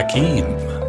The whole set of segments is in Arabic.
حكيم.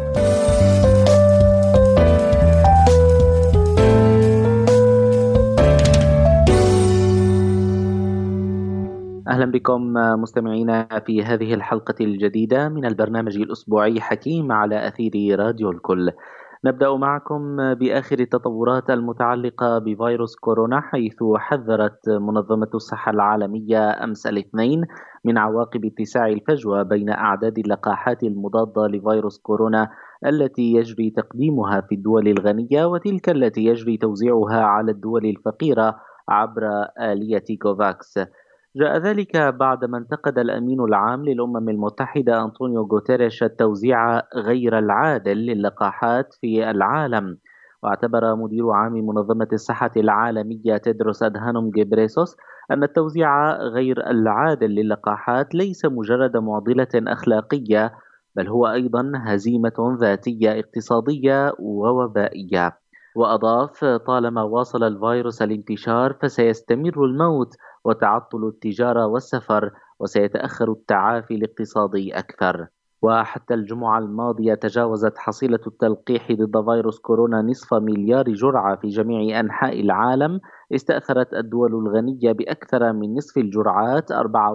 أهلا بكم مستمعينا في هذه الحلقة الجديدة من البرنامج الأسبوعي حكيم على أثير راديو الكل. نبدأ معكم بآخر التطورات المتعلقة بفيروس كورونا، حيث حذرت منظمة الصحة العالمية أمس الاثنين من عواقب اتساع الفجوة بين أعداد اللقاحات المضادة لفيروس كورونا التي يجري تقديمها في الدول الغنية وتلك التي يجري توزيعها على الدول الفقيرة عبر آلية كوفاكس. جاء ذلك بعدما انتقد الأمين العام للأمم المتحدة أنطونيو غوتيريش التوزيع غير العادل للقاحات في العالم، واعتبر مدير عام منظمة الصحة العالمية تيدروس أدهانوم غيبريسوس أن التوزيع غير العادل للقاحات ليس مجرد معضلة أخلاقية، بل هو أيضا هزيمة ذاتية اقتصادية ووبائية. وأضاف: طالما واصل الفيروس الانتشار فسيستمر الموت وتعطل التجارة والسفر، وسيتأخر التعافي الاقتصادي أكثر. وحتى الجمعة الماضية تجاوزت حصيلة التلقيح ضد فيروس كورونا نصف مليار جرعة في جميع أنحاء العالم. استأثرت الدول الغنية بأكثر من نصف الجرعات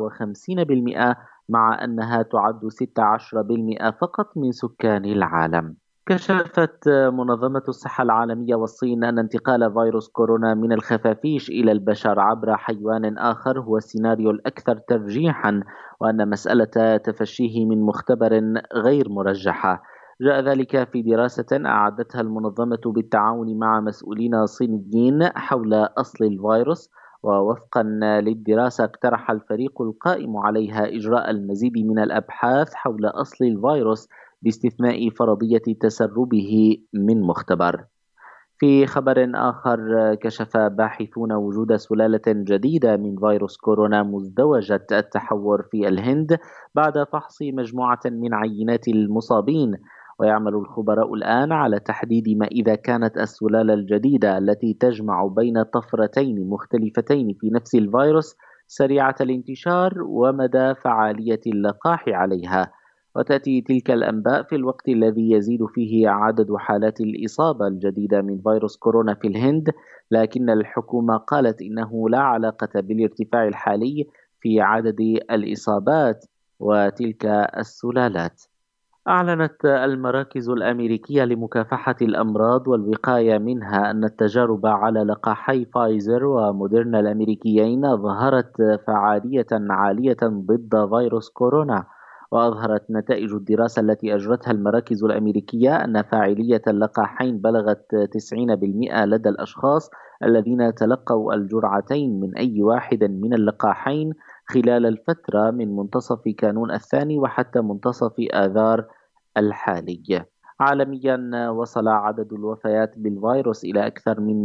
54%، مع أنها تعد 16% فقط من سكان العالم. كشفت منظمة الصحة العالمية والصين أن انتقال فيروس كورونا من الخفافيش إلى البشر عبر حيوان آخر هو السيناريو الأكثر ترجيحا، وأن مسألة تفشيه من مختبر غير مرجحة. جاء ذلك في دراسة أعدتها المنظمة بالتعاون مع مسؤولين صينيين حول أصل الفيروس، ووفقا للدراسة اقترح الفريق القائم عليها إجراء المزيد من الأبحاث حول أصل الفيروس باستثناء فرضية تسربه من مختبر. في خبر آخر، كشف باحثون وجود سلالة جديدة من فيروس كورونا مزدوجة التحور في الهند بعد فحص مجموعة من عينات المصابين، ويعمل الخبراء الآن على تحديد ما إذا كانت السلالة الجديدة التي تجمع بين طفرتين مختلفتين في نفس الفيروس سريعة الانتشار ومدى فعالية اللقاح عليها. وتأتي تلك الأنباء في الوقت الذي يزيد فيه عدد حالات الإصابة الجديدة من فيروس كورونا في الهند، لكن الحكومة قالت إنه لا علاقة بالارتفاع الحالي في عدد الإصابات وتلك السلالات. أعلنت المراكز الأمريكية لمكافحة الأمراض والوقاية منها أن التجارب على لقاحي فايزر وموديرنا الأمريكيين ظهرت فعالية عالية ضد فيروس كورونا. وأظهرت نتائج الدراسة التي أجرتها المراكز الأمريكية أن فاعلية اللقاحين بلغت 90% لدى الأشخاص الذين تلقوا الجرعتين من أي واحد من اللقاحين خلال الفترة من منتصف كانون الثاني وحتى منتصف آذار الحالي. عالميا وصل عدد الوفيات بالفيروس إلى أكثر من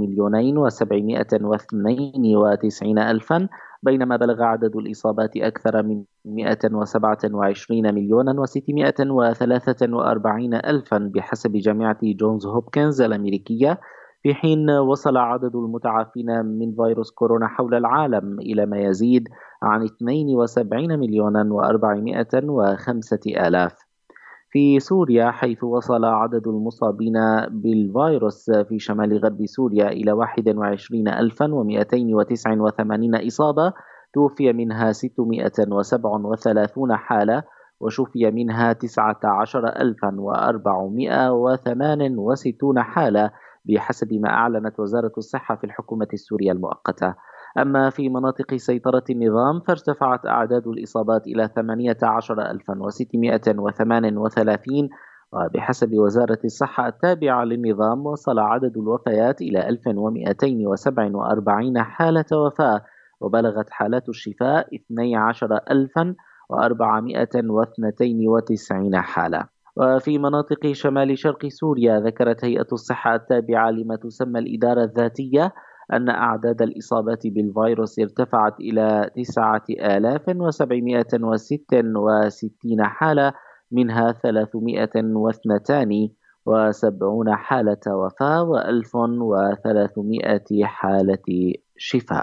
2,792,000، بينما بلغ عدد الإصابات أكثر من 127,643,000 بحسب جامعة جونز هوبكنز الأمريكية، في حين وصل عدد المتعافين من فيروس كورونا حول العالم إلى ما يزيد عن 72,405,000. في سوريا، حيث وصل عدد المصابين بالفيروس في شمال غرب سوريا إلى 21,289 إصابة، توفي منها 637 حالة، وشفي منها 19,468 حالة بحسب ما أعلنت وزارة الصحة في الحكومة السورية المؤقتة. أما في مناطق سيطرة النظام فارتفعت أعداد الإصابات إلى 18,638، وبحسب وزارة الصحة التابعة للنظام وصل عدد الوفيات إلى 1,247 حالة وفاة، وبلغت حالات الشفاء 12,492 حالة. وفي مناطق شمال شرق سوريا ذكرت هيئة الصحة التابعة لما تسمى الإدارة الذاتية أن أعداد الإصابات بالفيروس ارتفعت إلى 9,766 حالة، منها 372 حالة وفاة و1,300 حالة شفاء.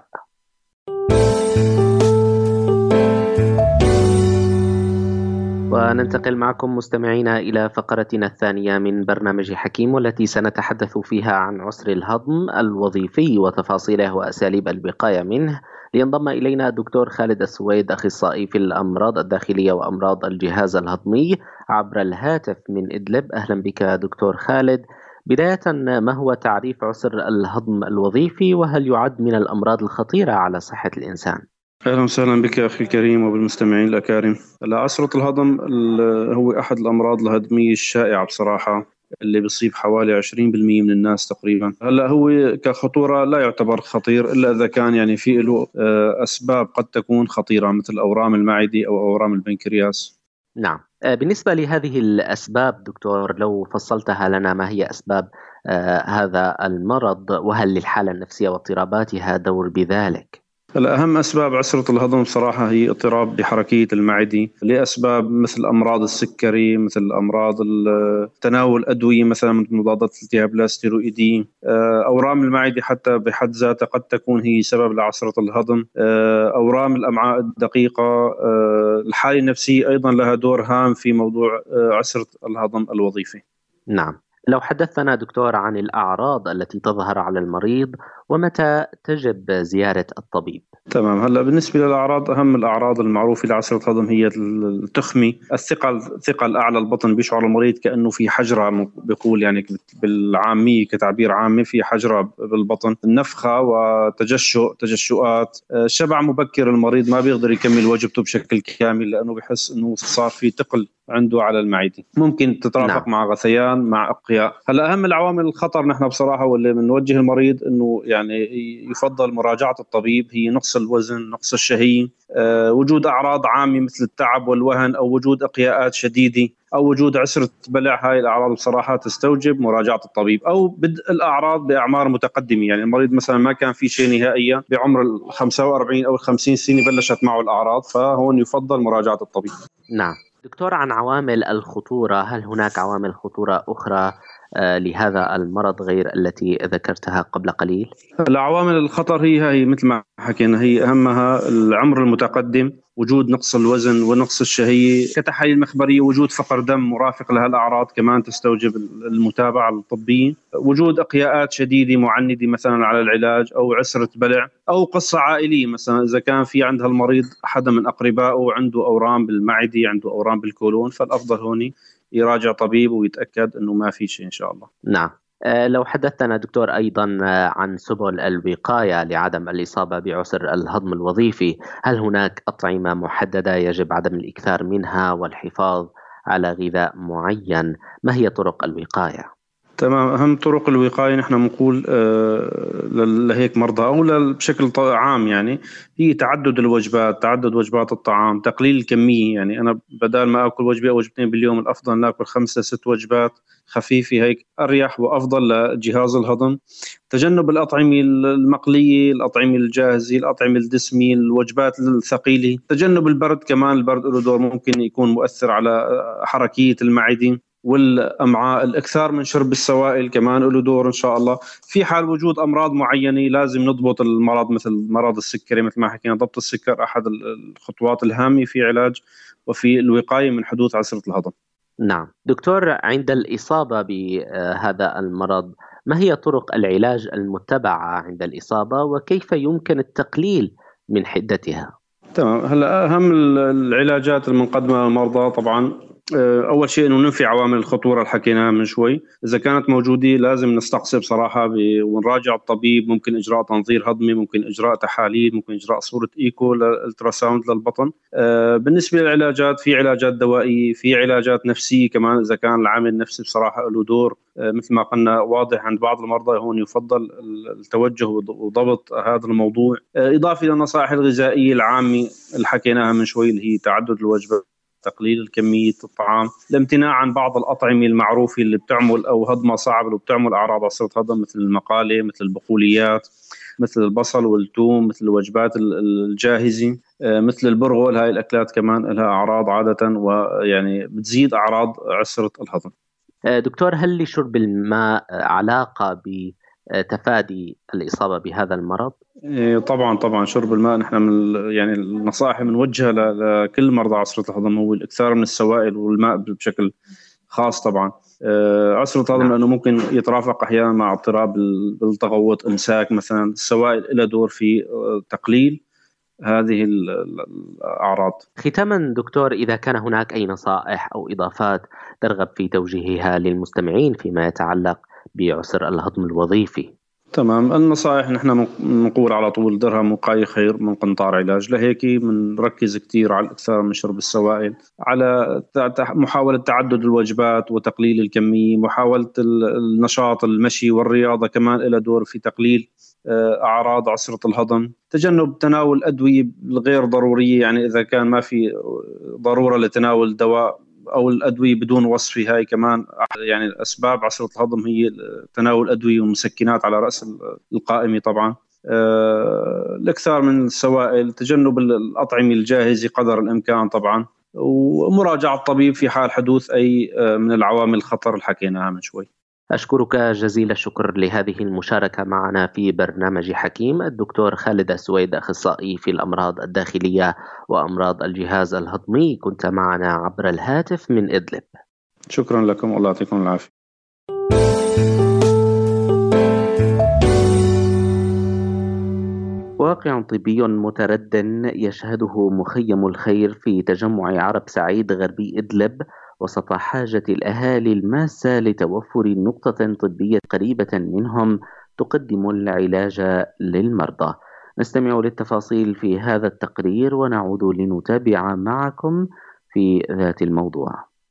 وننتقل معكم مستمعينا إلى فقرتنا الثانية من برنامج حكيم، والتي سنتحدث فيها عن عسر الهضم الوظيفي وتفاصيله وأساليب الوقاية منه. لينضم إلينا الدكتور خالد السويد، أخصائي في الأمراض الداخلية وأمراض الجهاز الهضمي، عبر الهاتف من إدلب. أهلا بك دكتور خالد. بداية، ما هو تعريف عسر الهضم الوظيفي، وهل يعد من الأمراض الخطيرة على صحة الإنسان؟ أهلا وسهلا بك أخي الكريم وبالمستمعين الأكارم. عسرة الهضم هو أحد الأمراض الهضمية الشائعة بصراحة، اللي بيصيب حوالي 20% من الناس تقريبا. هلا هو كخطورة لا يعتبر خطير إلا إذا كان يعني في له أسباب قد تكون خطيرة، مثل أورام المعدة أو أورام البنكرياس. نعم. بالنسبة لهذه الأسباب دكتور، لو فصلتها لنا، ما هي أسباب هذا المرض، وهل للحالة النفسية واضطراباتها دور بذلك؟ أهم أسباب عسرة الهضم بصراحة هي اضطراب بحركية المعدة، لأسباب مثل أمراض السكري، مثل أمراض تناول أدوية مثلا مثل مضادات الالتهاب اللاستيروئيدي. أورام المعدة حتى بحد ذاتها قد تكون هي سبب لعسرة الهضم. أورام الأمعاء الدقيقة. الحالة النفسية أيضا لها دور هام في موضوع عسرة الهضم الوظيفي. نعم. لو حدثنا دكتور عن الأعراض التي تظهر على المريض، ومتى تجب زيارة الطبيب؟ تمام. هلا بالنسبه للاعراض، اهم الاعراض المعروفه لعسره الهضم هي التخمه، ثقل اعلى البطن، بيشعر المريض كانه في حجره، بيقول يعني بالعاميه كتعبير عامي في حجره بالبطن، النفخه تجشؤات، شبع مبكر. المريض ما بيقدر يكمل وجبته بشكل كامل لانه بحس انه صار في ثقل عنده على المعده، ممكن تترافق نعم. مع غثيان، مع اقياء. هلا اهم العوامل الخطر نحن بصراحه واللي بنوجه المريض انه يعني يفضل مراجعه الطبيب، هي نقص الوزن، نقص الشهيه، وجود اعراض عامه مثل التعب والوهن، او وجود اقياءات شديده، او وجود عسره بلع. هاي الاعراض بصراحه تستوجب مراجعه الطبيب، او بدء الاعراض باعمار متقدمه. يعني المريض مثلا ما كان في شيء نهائيا، بعمر ال 45 او ال 50 سنه بلشت معه الاعراض، فهون يفضل مراجعه الطبيب. نعم. دكتور، عن عوامل الخطورة، هل هناك عوامل خطورة أخرى لهذا المرض غير التي ذكرتها قبل قليل؟ العوامل الخطر هي مثل ما حكينا، هي أهمها العمر المتقدم، وجود نقص الوزن ونقص الشهية كتحاليل مخبرية، وجود فقر دم مرافق لها الأعراض كمان تستوجب المتابعة الطبية، وجود إقياءات شديدة معندة مثلا على العلاج، أو عسرة بلع، أو قصة عائلية مثلا إذا كان في عند هالمريض حدا من أقربائه عنده أورام بالمعدة، عنده أورام بالكولون، فالأفضل هون يراجع طبيب ويتأكد أنه ما في شيء إن شاء الله. نعم. لو حدثنا دكتور أيضا عن سبل الوقاية لعدم الإصابة بعسر الهضم الوظيفي، هل هناك أطعمة محددة يجب عدم الإكثار منها والحفاظ على غذاء معين؟ ما هي طرق الوقاية؟ تمام. أهم طرق الوقاية نحن بنقول لهيك مرضى أو بشكل عام، يعني هي تعدد الوجبات، تعدد وجبات الطعام، تقليل الكمية. يعني أنا بدل ما أكل وجبة أو وجبتين باليوم، الأفضل ناكل 5 6 وجبات خفيفة، هيك أريح وأفضل لجهاز الهضم. تجنب الأطعمة المقلية، الأطعمة الجاهزة، الأطعمة الدسمة، الوجبات الثقيلة. تجنب البرد كمان، البرد له دور، ممكن يكون مؤثر على حركية المعدة والامعاء. الاكثار من شرب السوائل كمان له دور ان شاء الله. في حال وجود امراض معينه لازم نضبط المرض، مثل مرض السكري، مثل ما حكينا، ضبط السكر احد الخطوات الهامه في علاج وفي الوقايه من حدوث عسره الهضم. نعم. دكتور، عند الإصابة بهذا المرض، ما هي طرق العلاج المتبعة عند الإصابة، وكيف يمكن التقليل من حدتها؟ تمام. هلا اهم العلاجات المقدمه للمرضى طبعا، اول شيء انه ننفي عوامل الخطوره اللي حكيناها من شوي. اذا كانت موجوده لازم نستقصي بصراحه ونراجع الطبيب. ممكن اجراء تنظير هضمي، ممكن اجراء تحاليل، ممكن اجراء صوره ايكو للالتراساوند للبطن. بالنسبه للعلاجات، في علاجات دوائيه، في علاجات نفسيه كمان، اذا كان العامل النفسي بصراحه له دور مثل ما قلنا واضح عند بعض المرضى، هون يفضل التوجه وضبط هذا الموضوع، اضافه الى النصائح الغذائيه العامه اللي حكيناها من شوي، اللي هي تعدد الوجبات، تقليل كمية الطعام، الامتناع عن بعض الأطعمة المعروفة اللي بتعمل أو هضمها صعب وبتعمل أعراض عسرة هضم، مثل المقالي، مثل البقوليات، مثل البصل والثوم، مثل الوجبات الجاهزة، مثل البرغل. هاي الأكلات كمان لها أعراض عادة، ويعني بتزيد أعراض عسرة الهضم. دكتور، هل لشرب الماء علاقة تفادي الإصابة بهذا المرض؟ طبعا شرب الماء نحن من يعني النصائح بنوجهها لكل مرضى عسرة الهضم هو الإكثار من السوائل والماء بشكل خاص. طبعا عسرة الهضم لأنه ممكن يترافق أحيانا مع اضطراب بالتغوط، إمساك مثلا. السوائل لها دور في تقليل هذه الأعراض. ختاما دكتور، إذا كان هناك أي نصائح أو إضافات ترغب في توجيهها للمستمعين فيما يتعلق بعسر الهضم الوظيفي؟ تمام. النصائح نحن نقول على طول درهم وقاية خير من قنطار علاج. لهيك بنركز كثير على الإكثار من شرب السوائل، على محاولة تعدد الوجبات وتقليل الكمية، محاولة النشاط المشي والرياضة كمان لها دور في تقليل أعراض عسرة الهضم. تجنب تناول أدوية الغير ضرورية، يعني إذا كان ما في ضرورة لتناول دواء أو الأدوية بدون وصف، هاي كمان يعني أسباب عسرة الهضم هي تناول أدوية ومسكنات على رأس القائمة. طبعا الإكثار من السوائل، تجنب الأطعمة الجاهزة قدر الإمكان طبعا، ومراجعة الطبيب في حال حدوث أي من العوامل الخطر اللي حكيناها من شوي. أشكرك جزيل الشكر لهذه المشاركة معنا في برنامج حكيم الدكتور خالد السويد، أخصائي في الأمراض الداخلية وأمراض الجهاز الهضمي، كنت معنا عبر الهاتف من إدلب. شكرا لكم والله يعطيكم العافية. واقع طبي مترد يشهده مخيم الخير في تجمع عرب سعيد غربي إدلب وسط حاجة الأهالي الماسة لتوفر نقطة طبية قريبة منهم تقدم العلاج للمرضى. نستمع للتفاصيل في هذا التقرير ونعود لنتابع معكم في ذات الموضوع.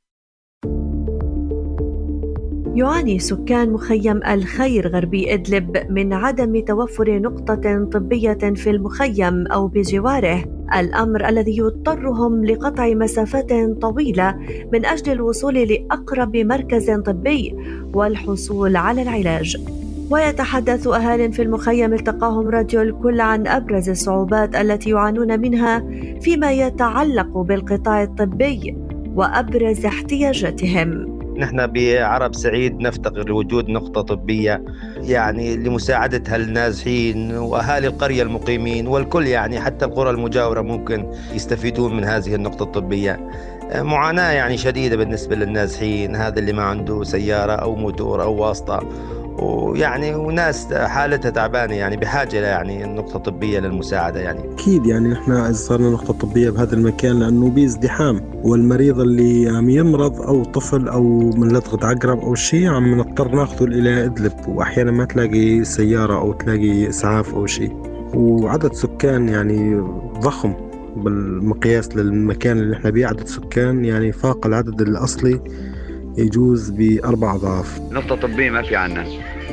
يعاني سكان مخيم الخير غربي إدلب من عدم توفر نقطة طبية في المخيم أو بجواره، الأمر الذي يضطرهم لقطع مسافات طويلة من أجل الوصول لأقرب مركز طبي والحصول على العلاج. ويتحدث أهال في المخيم التقاهم راديو الكل عن أبرز الصعوبات التي يعانون منها فيما يتعلق بالقطاع الطبي وأبرز احتياجاتهم. نحن بعرب سعيد نفتقر لوجود نقطة طبية يعني لمساعدة هالنازحين وأهالي القرية المقيمين والكل، يعني حتى القرى المجاورة ممكن يستفيدون من هذه النقطة الطبية. معاناة يعني شديدة بالنسبة للنازحين، هذا اللي ما عنده سيارة أو موتور أو واسطة، ويعني وناس حالتها تعبانة، يعني بحاجة يعني نقطة طبية للمساعدة. يعني أكيد يعني إحنا صارنا نقطة طبية بهذا المكان لأنه بازدحام، والمريض اللي عم يمرض أو طفل أو من لدغة عقرب أو شيء عم نضطر ناخذه إلى إدلب، وأحيانا ما تلاقي سيارة أو تلاقي إسعاف أو شيء. وعدد سكان يعني ضخم بالمقياس للمكان اللي إحنا بيه، عدد سكان يعني فاق العدد الأصلي يجوز ب4 أضعاف. نقطة طبية ما في عنا،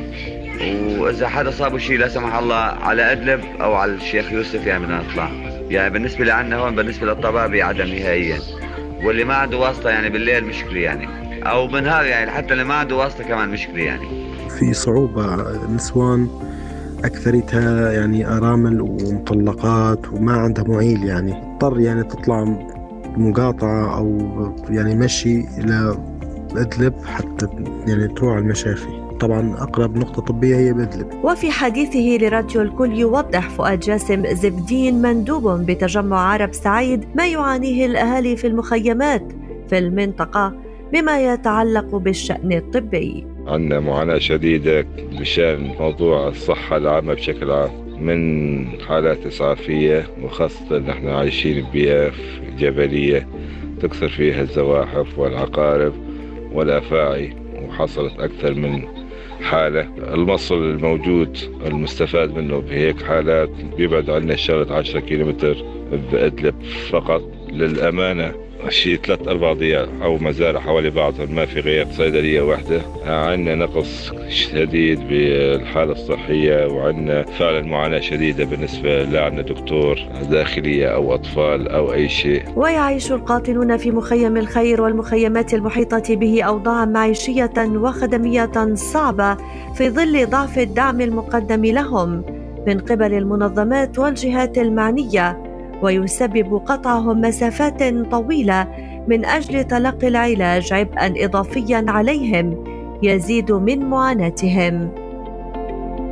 وإذا حدا صابه شيء لا سمح الله على أدلب أو على الشيخ يوسف يعني بدنا نطلع. يعني بالنسبة لعنا هون بالنسبة للطبابة عدم نهائيا، واللي ما عنده واسطة يعني بالليل مشكلة يعني، أو بالنهار يعني حتى اللي ما عنده واسطة كمان مشكلة يعني. في صعوبة، نسوان أكثرتها يعني أرامل ومطلقات وما عندها معيل، يعني اضطر يعني تطلع مقاطعة أو يعني مشي إلى إدلب حتى يعني تروح المشافي. طبعا أقرب نقطة طبية هي بإدلب. وفي حديثه لراديو الكل يوضح فؤاد جاسم زبدين مندوب بتجمع عرب سعيد ما يعانيه الأهالي في المخيمات في المنطقة بما يتعلق بالشأن الطبي. عندنا معاناة شديدة بشأن موضوع الصحة العامة بشكل عام، من حالات إسعافية، وخاصة نحن عايشين ببيئة جبلية تكثر فيها الزواحف والعقارب والأفاعي، وحصلت أكثر من حالة. المصل الموجود المستفاد منه بهيك حالات بيبعد عنا شغلة 10 كيلومتر بإدلب فقط. للأمانة شيء 3-4 ضياع أو مزارع حوالي بعضهم، ما في غير صيدلية واحدة. عندنا نقص شديد بالحالة الصحية، وعندنا فعلا معاناة شديدة بالنسبة لعنا دكتور داخلية أو أطفال أو أي شيء. ويعيش القاطنون في مخيم الخير والمخيمات المحيطة به أوضاعا معيشية وخدمية صعبة في ظل ضعف الدعم المقدم لهم من قبل المنظمات والجهات المعنية، ويسبب قطعهم مسافات طويلة من أجل تلقي العلاج عبئا إضافيا عليهم يزيد من معاناتهم.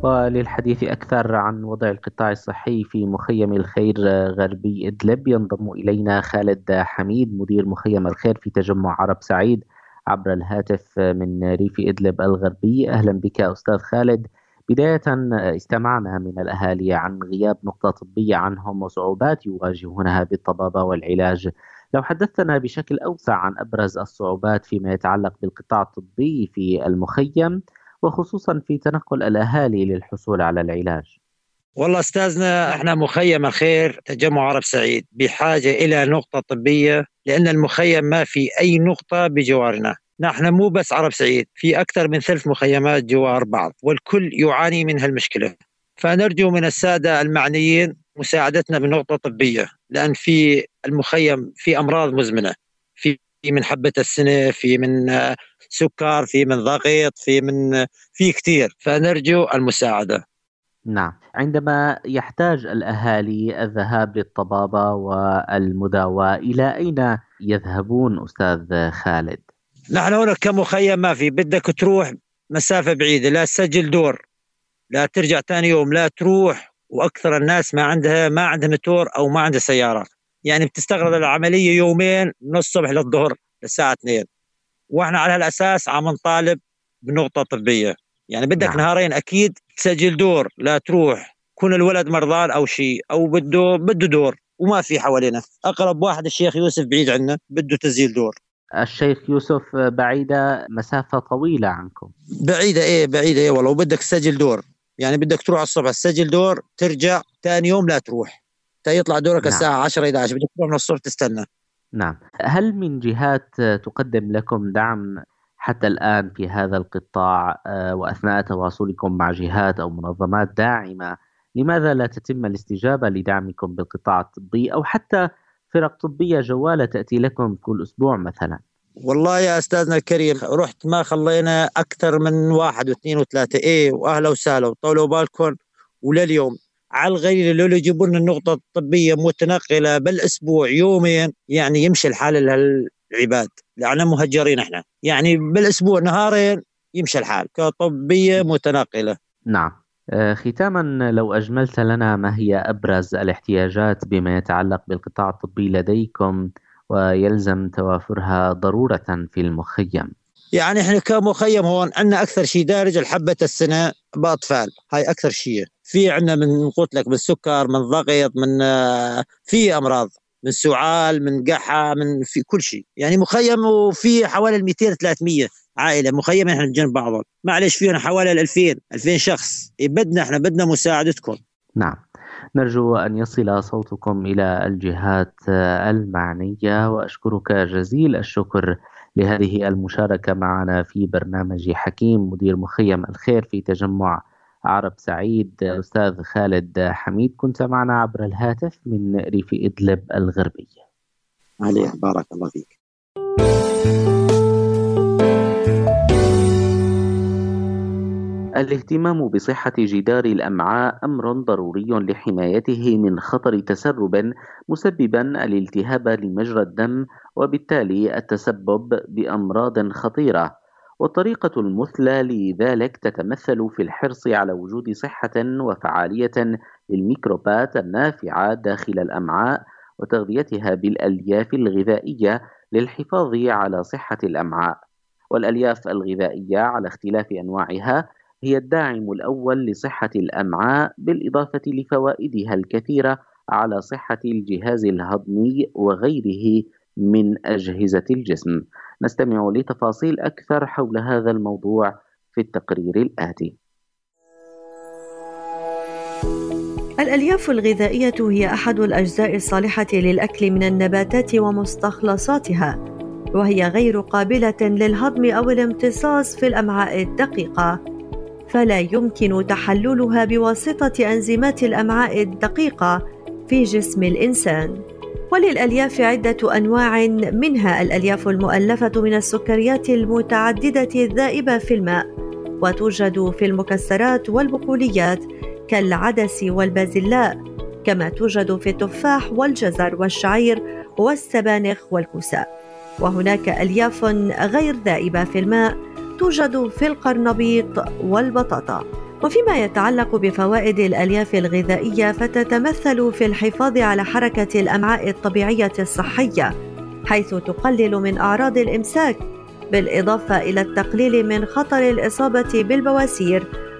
وللحديث أكثر عن وضع القطاع الصحي في مخيم الخير غربي إدلب ينضم إلينا خالد حميد مدير مخيم الخير في تجمع عرب سعيد عبر الهاتف من ريف إدلب الغربي. أهلا بك أستاذ خالد. بداية استمعنا من الأهالي عن غياب نقطة طبية عنهم وصعوبات يواجهونها بالطبابة والعلاج. لو حدثتنا بشكل أوسع عن أبرز الصعوبات فيما يتعلق بالقطاع الطبي في المخيم وخصوصا في تنقل الأهالي للحصول على العلاج. والله أستاذنا احنا مخيم الخير تجمع عرب سعيد بحاجة إلى نقطة طبية، لأن المخيم ما في أي نقطة بجوارنا. نحن مو بس عرب سعيد، في أكثر من 3 مخيمات جوار بعض والكل يعاني من هالمشكلة. فنرجو من السادة المعنيين مساعدتنا بنقطة طبية، لأن في المخيم في أمراض مزمنة، في من حبة السنة، في من سكر، في من ضغط، في كتير، فنرجو المساعدة. نعم، عندما يحتاج الأهالي الذهاب للطبابة والمداواة إلى أين يذهبون أستاذ خالد؟ نحن هنا كمخيم ما في، بدك تروح مسافة بعيدة، لا تسجل دور، لا ترجع ثاني يوم، لا تروح. وأكثر الناس ما عندها موتور أو ما عندها سيارة، يعني بتستغرق العملية يومين من الصبح للظهر للساعة 2. وإحنا على هالأساس عم نطالب بنقطة طبية. يعني بدك نهارين أكيد تسجل دور، لا تروح كون الولد مرضان أو شيء أو بده دور وما في حوالينا. أقرب واحد الشيخ يوسف بعيد عنا، بده تسجيل دور. الشيخ يوسف بعيدة مسافة طويلة عنكم؟ بعيدة والله. وبدك تسجل دور، يعني بدك تروح الصبح تسجل دور، ترجع ثاني يوم لا تروح، يطلع دورك الساعة 10-11، بدك تروح من الصبح تستنى. نعم. هل من جهات تقدم لكم دعم حتى الآن في هذا القطاع وأثناء تواصلكم مع جهات أو منظمات داعمة، لماذا لا تتم الاستجابة لدعمكم بالقطاع الطبي أو حتى فرق طبية جوالة تأتي لكم كل أسبوع مثلا؟ والله يا أستاذنا الكريم، رحت ما خلينا أكثر من 1 و2 و3 وأهلا وسهلا وطولوا بالكم. ولليوم على الغير لو يجيبوا لنا النقطة الطبية متنقلة بالأسبوع يومين، يعني يمشي الحال للعباد، لأننا مهجرين احنا، يعني بالأسبوع نهارين يمشي الحال كطبية متنقلة. نعم. ختاما لو أجملت لنا ما هي أبرز الاحتياجات بما يتعلق بالقطاع الطبي لديكم ويلزم توافرها ضرورة في المخيم؟ يعني احنا كمخيم هون عندنا أكثر شيء دارج الحبة السنة بأطفال، هاي أكثر شيء. في عندنا من قلت لك من سكر، من ضغط، من في أمراض، من سعال، من قحة، من في كل شيء. يعني مخيم وفي حوالي 200-300 عائلة مخيمة احنا جنب بعضهم، معلش فينا حوالي 2000 شخص. بدنا مساعدتكم. نعم، نرجو أن يصل صوتكم إلى الجهات المعنية، وأشكرك جزيل الشكر لهذه المشاركة معنا في برنامج حكيم مدير مخيم الخير في تجمع عرب سعيد. أستاذ خالد حميد كنت معنا عبر الهاتف من ريف إدلب الغربي. عليه بارك الله فيك. الاهتمام بصحة جدار الأمعاء أمر ضروري لحمايته من خطر تسرب مسببا الالتهاب لمجرى الدم وبالتالي التسبب بأمراض خطيرة. والطريقة المثلى لذلك تتمثل في الحرص على وجود صحة وفعالية للميكروبات النافعة داخل الأمعاء وتغذيتها بالألياف الغذائية للحفاظ على صحة الأمعاء. والألياف الغذائية على اختلاف أنواعها هي الداعم الأول لصحة الأمعاء، بالإضافة لفوائدها الكثيرة على صحة الجهاز الهضمي وغيره من أجهزة الجسم. نستمع لتفاصيل أكثر حول هذا الموضوع في التقرير الآتي. الألياف الغذائية هي أحد الأجزاء الصالحة للأكل من النباتات ومستخلصاتها، وهي غير قابلة للهضم أو الامتصاص في الأمعاء الدقيقة، فلا يمكن تحللها بواسطة أنزيمات الأمعاء الدقيقة في جسم الإنسان. وللألياف عدة أنواع، منها الألياف المؤلفة من السكريات المتعددة الذائبة في الماء، وتوجد في المكسرات والبقوليات كالعدس والبازلاء، كما توجد في التفاح والجزر والشعير والسبانخ والكوساء. وهناك ألياف غير ذائبة في الماء توجد في القرنبيط والبطاطا. وفيما يتعلق بفوائد الألياف الغذائية فتتمثل في الحفاظ على حركة الأمعاء الطبيعية الصحية، حيث تقلل من أعراض الإمساك، بالإضافة إلى التقليل من خطر الإصابة بالبواسير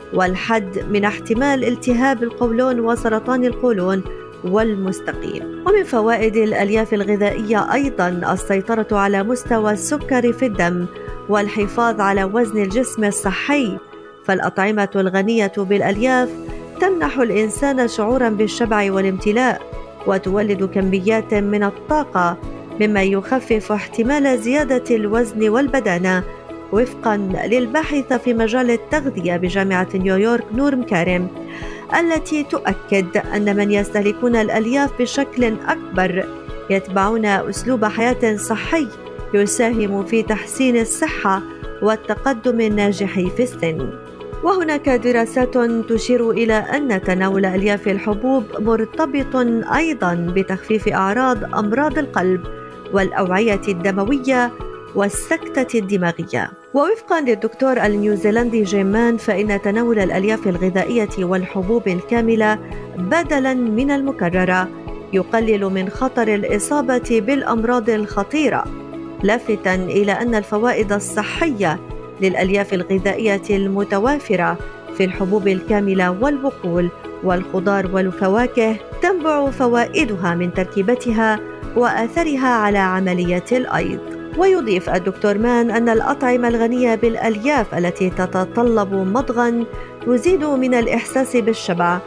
والحد من احتمال التهاب القولون وسرطان القولون والمستقيم. ومن فوائد الألياف الغذائية أيضاً السيطرة على مستوى السكر في الدم والحفاظ على وزن الجسم الصحي، فالأطعمة الغنية بالألياف تمنح الإنسان شعوراً بالشبع والامتلاء وتولد كميات من الطاقة، مما يخفف احتمال زيادة الوزن والبدانة، وفقاً للباحث في مجال التغذية بجامعة نيويورك نورم كارم، التي تؤكد أن من يستهلكون الألياف بشكل أكبر يتبعون أسلوب حياة صحي يساهم في تحسين الصحة والتقدم الناجح في السن. وهناك دراسات تشير إلى أن تناول ألياف الحبوب مرتبط أيضاً بتخفيف أعراض أمراض القلب والأوعية الدموية والسكتة الدماغية. ووفقاً للدكتور النيوزيلندي جيم مان، فإن تناول الألياف الغذائية والحبوب الكاملة بدلاً من المكررة يقلل من خطر الإصابة بالأمراض الخطيرة، لافتاً إلى أن الفوائد الصحية للألياف الغذائية المتوافرة في الحبوب الكاملة والبقول والخضار والفواكه تنبع فوائدها من تركيبتها وآثارها على عملية الأيض. ويضيف الدكتور مان أن الأطعمة الغنية بالألياف التي تتطلب مضغاً تزيد من الإحساس بالشبع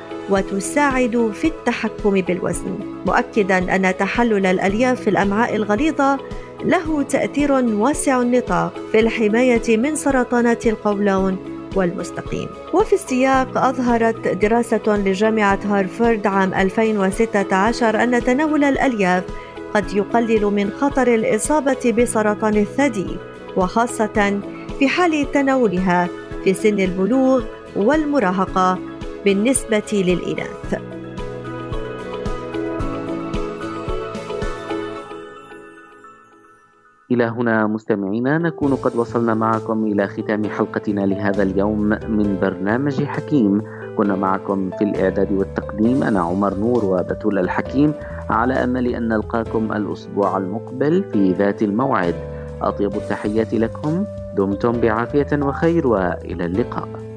وتساعد في التحكم بالوزن، مؤكداً أن تحلل الألياف في الأمعاء الغليظة له تأثير واسع النطاق في الحماية من سرطانات القولون والمستقيم. وفي السياق أظهرت دراسة لجامعة هارفارد عام 2016 أن تناول الألياف قد يقلل من خطر الإصابة بسرطان الثدي، وخاصة في حال تناولها في سن البلوغ والمراهقة بالنسبة للإناث. إلى هنا مستمعينا نكون قد وصلنا معكم إلى ختام حلقتنا لهذا اليوم من برنامج حكيم. كنا معكم في الإعداد والتقديم أنا عمر نور وبتول الحكيم، على أمل أن نلقاكم الأسبوع المقبل في ذات الموعد. أطيب التحيات لكم، دمتم بعافية وخير، وإلى اللقاء.